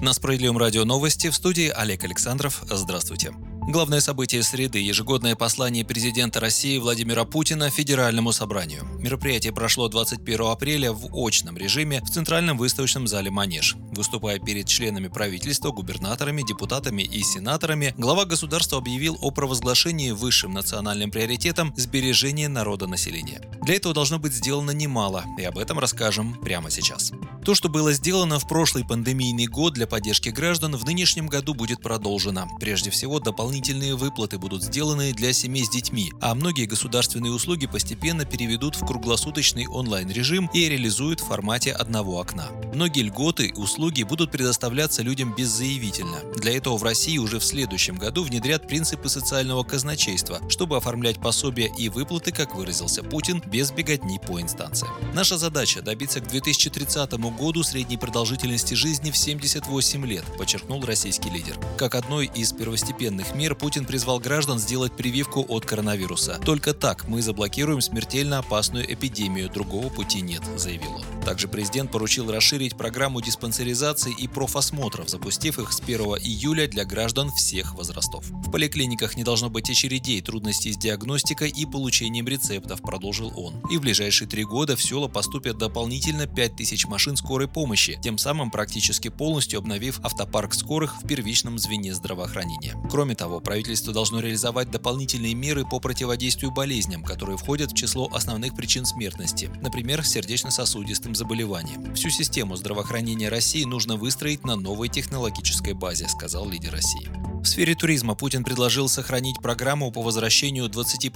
На Справедливом радио новости, в студии Олег Александров. Здравствуйте. Главное событие среды – ежегодное послание президента России Владимира Путина Федеральному собранию. Мероприятие прошло 21 апреля в очном режиме в Центральном выставочном зале «Манеж». Выступая перед членами правительства, губернаторами, депутатами и сенаторами, глава государства объявил о провозглашении высшим национальным приоритетом сбережения народонаселения. Для этого должно быть сделано немало, и об этом расскажем прямо сейчас. То, что было сделано в прошлый пандемийный год для поддержки граждан, в нынешнем году будет продолжено. Прежде всего, дополнительные выплаты будут сделаны для семей с детьми, а многие государственные услуги постепенно переведут в круглосуточный онлайн-режим и реализуют в формате одного окна. Многие льготы и услуги будут предоставляться людям беззаявительно. Для этого в России уже в следующем году внедрят принципы социального казначейства, чтобы оформлять пособия и выплаты, как выразился Путин, без беготни по инстанциям. Наша задача – добиться к 2030 году средней продолжительности жизни в 78 лет, подчеркнул российский лидер. Как одной из первостепенных мер Путин призвал граждан сделать прививку от коронавируса. Только так мы заблокируем смертельно опасную эпидемию, другого пути нет, заявил он. Также президент поручил расширить программу диспансеризации и профосмотров, запустив их с 1 июля для граждан всех возрастов. В поликлиниках не должно быть очередей, трудностей с диагностикой и получением рецептов, продолжил он. И в ближайшие 3 года в села поступят дополнительно 5000 машин скорой помощи, тем самым практически полностью обновив автопарк скорых в первичном звене здравоохранения. Кроме того, правительство должно реализовать дополнительные меры по противодействию болезням, которые входят в число основных причин смертности, например, сердечно-сосудистым заболеваниям. Всю систему здравоохранения России нужно выстроить на новой технологической базе, сказал лидер России. В сфере туризма Путин предложил сохранить программу по возвращению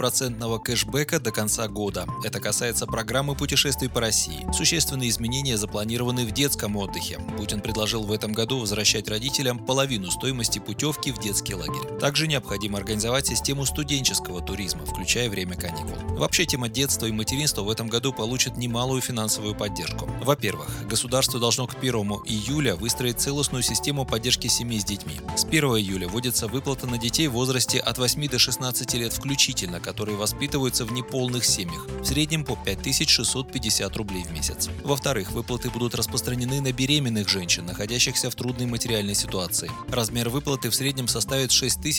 20% кэшбэка до конца года. Это касается программы путешествий по России. Существенные изменения запланированы в детском отдыхе. Путин предложил в этом году возвращать родителям половину стоимости путевки в детский лагерь. Также необходимо организовать систему студенческого туризма, включая время каникул. Вообще, тема детства и материнства в этом году получит немалую финансовую поддержку. Во-первых, государство должно к 1 июля выстроить целостную систему поддержки семей с детьми. С 1 июля вводится выплата на детей в возрасте от 8 до 16 лет включительно, которые воспитываются в неполных семьях, в среднем по 5650 рублей в месяц. Во-вторых, выплаты будут распространены на беременных женщин, находящихся в трудной материальной ситуации. Размер выплаты в среднем составит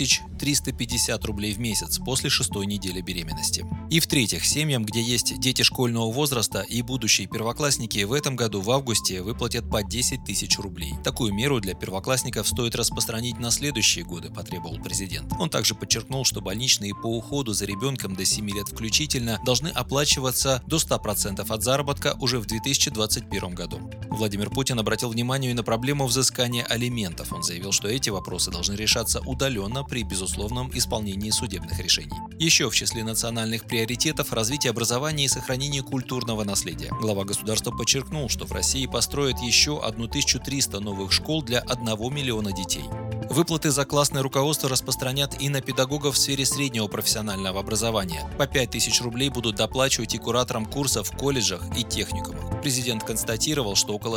6350 рублей в месяц после 6-й недели беременности. И в-третьих, семьям, где есть дети школьного возраста и будущие первоклассники, в этом году в августе выплатят по 10 тысяч рублей. Такую меру для первоклассников стоит распространить на следующие годы, потребовал президент. Он также подчеркнул, что больничные по уходу за ребенком до 7 лет включительно должны оплачиваться до 100% от заработка уже в 2021 году. Владимир Путин обратил внимание и на проблему взыскания алиментов. Он заявил, что эти вопросы должны решаться удаленно при безусловном исполнении судебных решений. Еще в числе национальных приоритетов – развитие образования и сохранение культурного наследия. Глава государства подчеркнул, что в России построят еще 1300 новых школ для 1 миллиона детей. Выплаты за классное руководство распространят и на педагогов в сфере среднего профессионального образования. По 5000 рублей будут доплачивать и кураторам курсов в колледжах и техникумах. Президент констатировал, что около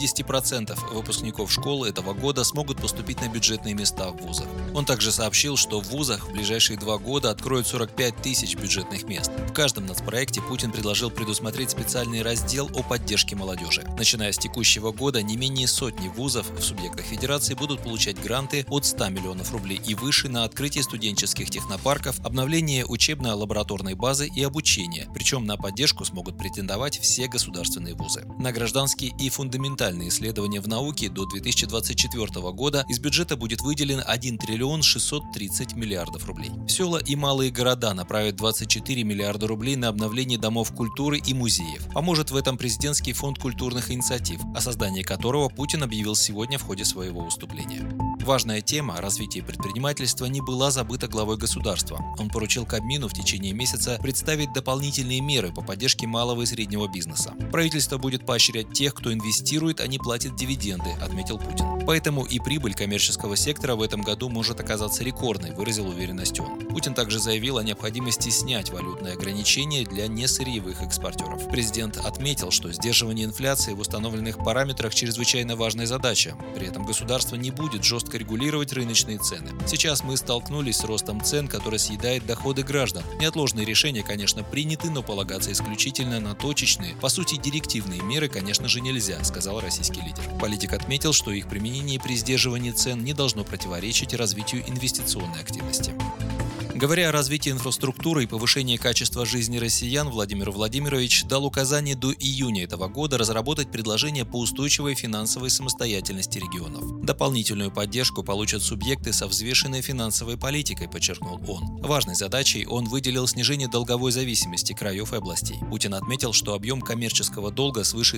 60% выпускников школы этого года смогут поступить на бюджетные места в вузах. Он также сообщил, что в вузах в ближайшие 2 года откроют 45 тысяч бюджетных мест. В каждом нацпроекте Путин предложил предусмотреть специальный раздел о поддержке молодежи. Начиная с текущего года не менее сотни вузов в субъектах федерации будут получать гранты от 100 миллионов рублей и выше на открытие студенческих технопарков, обновление учебно-лабораторной базы и обучение. Причем на поддержку смогут претендовать все государственные вузы. На гражданские и фундаментальные исследования в науке до 2024 года из бюджета будет выделен 1 триллион 630 миллиардов рублей. Села и малые города направят 24 миллиарда рублей на обновление домов культуры и музеев. Поможет в этом президентский фонд культурных инициатив, о создании которого Путин объявил сегодня в ходе своего выступления. Важная тема развития предпринимательства не была забыта главой государства. Он поручил Кабмину в течение месяца представить дополнительные меры по поддержке малого и среднего бизнеса. Правительство будет поощрять тех, кто инвестирует, а не платит дивиденды, отметил Путин. Поэтому и прибыль коммерческого сектора в этом году может оказаться рекордной, выразил уверенность он. Путин также заявил о необходимости снять валютные ограничения для несырьевых экспортеров. Президент отметил, что сдерживание инфляции в установленных параметрах чрезвычайно важная задача. При этом государство не будет жестко жестко регулировать рыночные цены. Сейчас мы столкнулись с ростом цен, который съедает доходы граждан. Неотложные решения, конечно, приняты, но полагаться исключительно на точечные, по сути, директивные меры, конечно же, нельзя, сказал российский лидер. Политик отметил, что их применение при сдерживании цен не должно противоречить развитию инвестиционной активности. Говоря о развитии инфраструктуры и повышении качества жизни россиян, Владимир Владимирович дал указание до июня этого года разработать предложение по устойчивой финансовой самостоятельности регионов. Дополнительную поддержку получат субъекты со взвешенной финансовой политикой, подчеркнул он. Важной задачей он выделил снижение долговой зависимости краев и областей. Путин отметил, что объем коммерческого долга свыше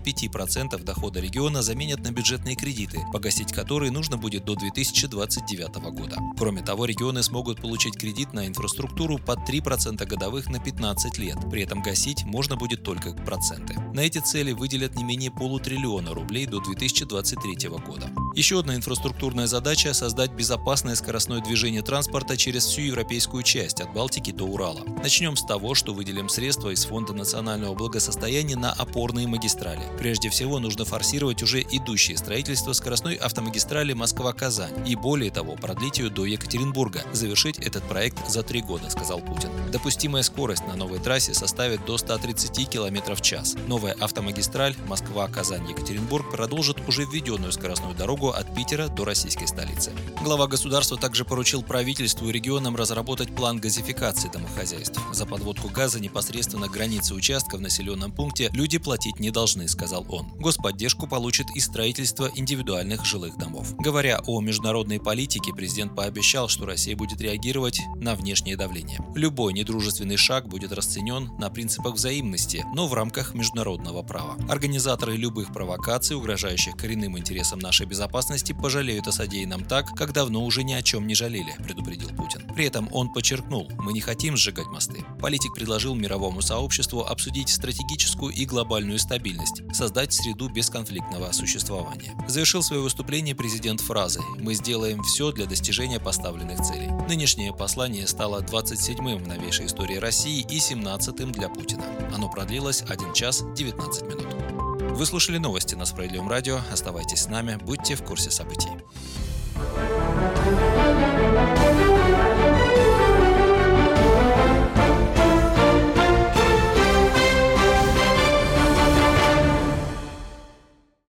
25% дохода региона заменят на бюджетные кредиты, погасить которые нужно будет до 2029 года. Кроме того, регионы смогут получить кредит на инфраструктуру под 3% годовых на 15 лет. При этом гасить можно будет только проценты. На эти цели выделят не менее полутриллиона рублей до 2023 года. Еще одна инфраструктурная задача – создать безопасное скоростное движение транспорта через всю европейскую часть от Балтики до Урала. Начнем с того, что выделим средства из Фонда национального благосостояния на опорные магистрали. Прежде всего, нужно форсировать уже идущее строительство скоростной автомагистрали Москва-Казань и, более того, продлить ее до Екатеринбурга, завершить этот проект за 3 года, сказал Путин. Допустимая скорость на новой трассе составит до 130 км в час. Новая автомагистраль Москва-Казань-Екатеринбург продолжит уже введенную скоростную дорогу от Питера до российской столицы. Глава государства также поручил правительству и регионам разработать план газификации домохозяйств. За подводку газа непосредственно к границе участка в населенном пункте люди платить не должны, сказал он. Господдержку получит и строительство индивидуальных жилых домов. Говоря о международной политике, президент пообещал, что Россия будет реагировать на внешнее давление. Любой недружественный шаг будет расценен на принципах взаимности, но в рамках международного права. Организаторы любых провокаций, угрожающих коренным интересам нашей безопасности, пожалеют о содеянном так, как давно уже ни о чем не жалели, предупредил Путин. При этом он подчеркнул: мы не хотим сжигать мосты. Политик предложил мировому сообществу обсудить стратегическую и глобальную стабильность, создать среду бесконфликтного существования. Завершил свое выступление президент фразой: «Мы сделаем все для достижения поставленных целей». Нынешнее послание стало 27-м в новейшей истории России и 17-м для Путина. Оно продлилось 1 час 19 минут. Вы слушали новости на Справедливом радио. Оставайтесь с нами, будьте в курсе событий.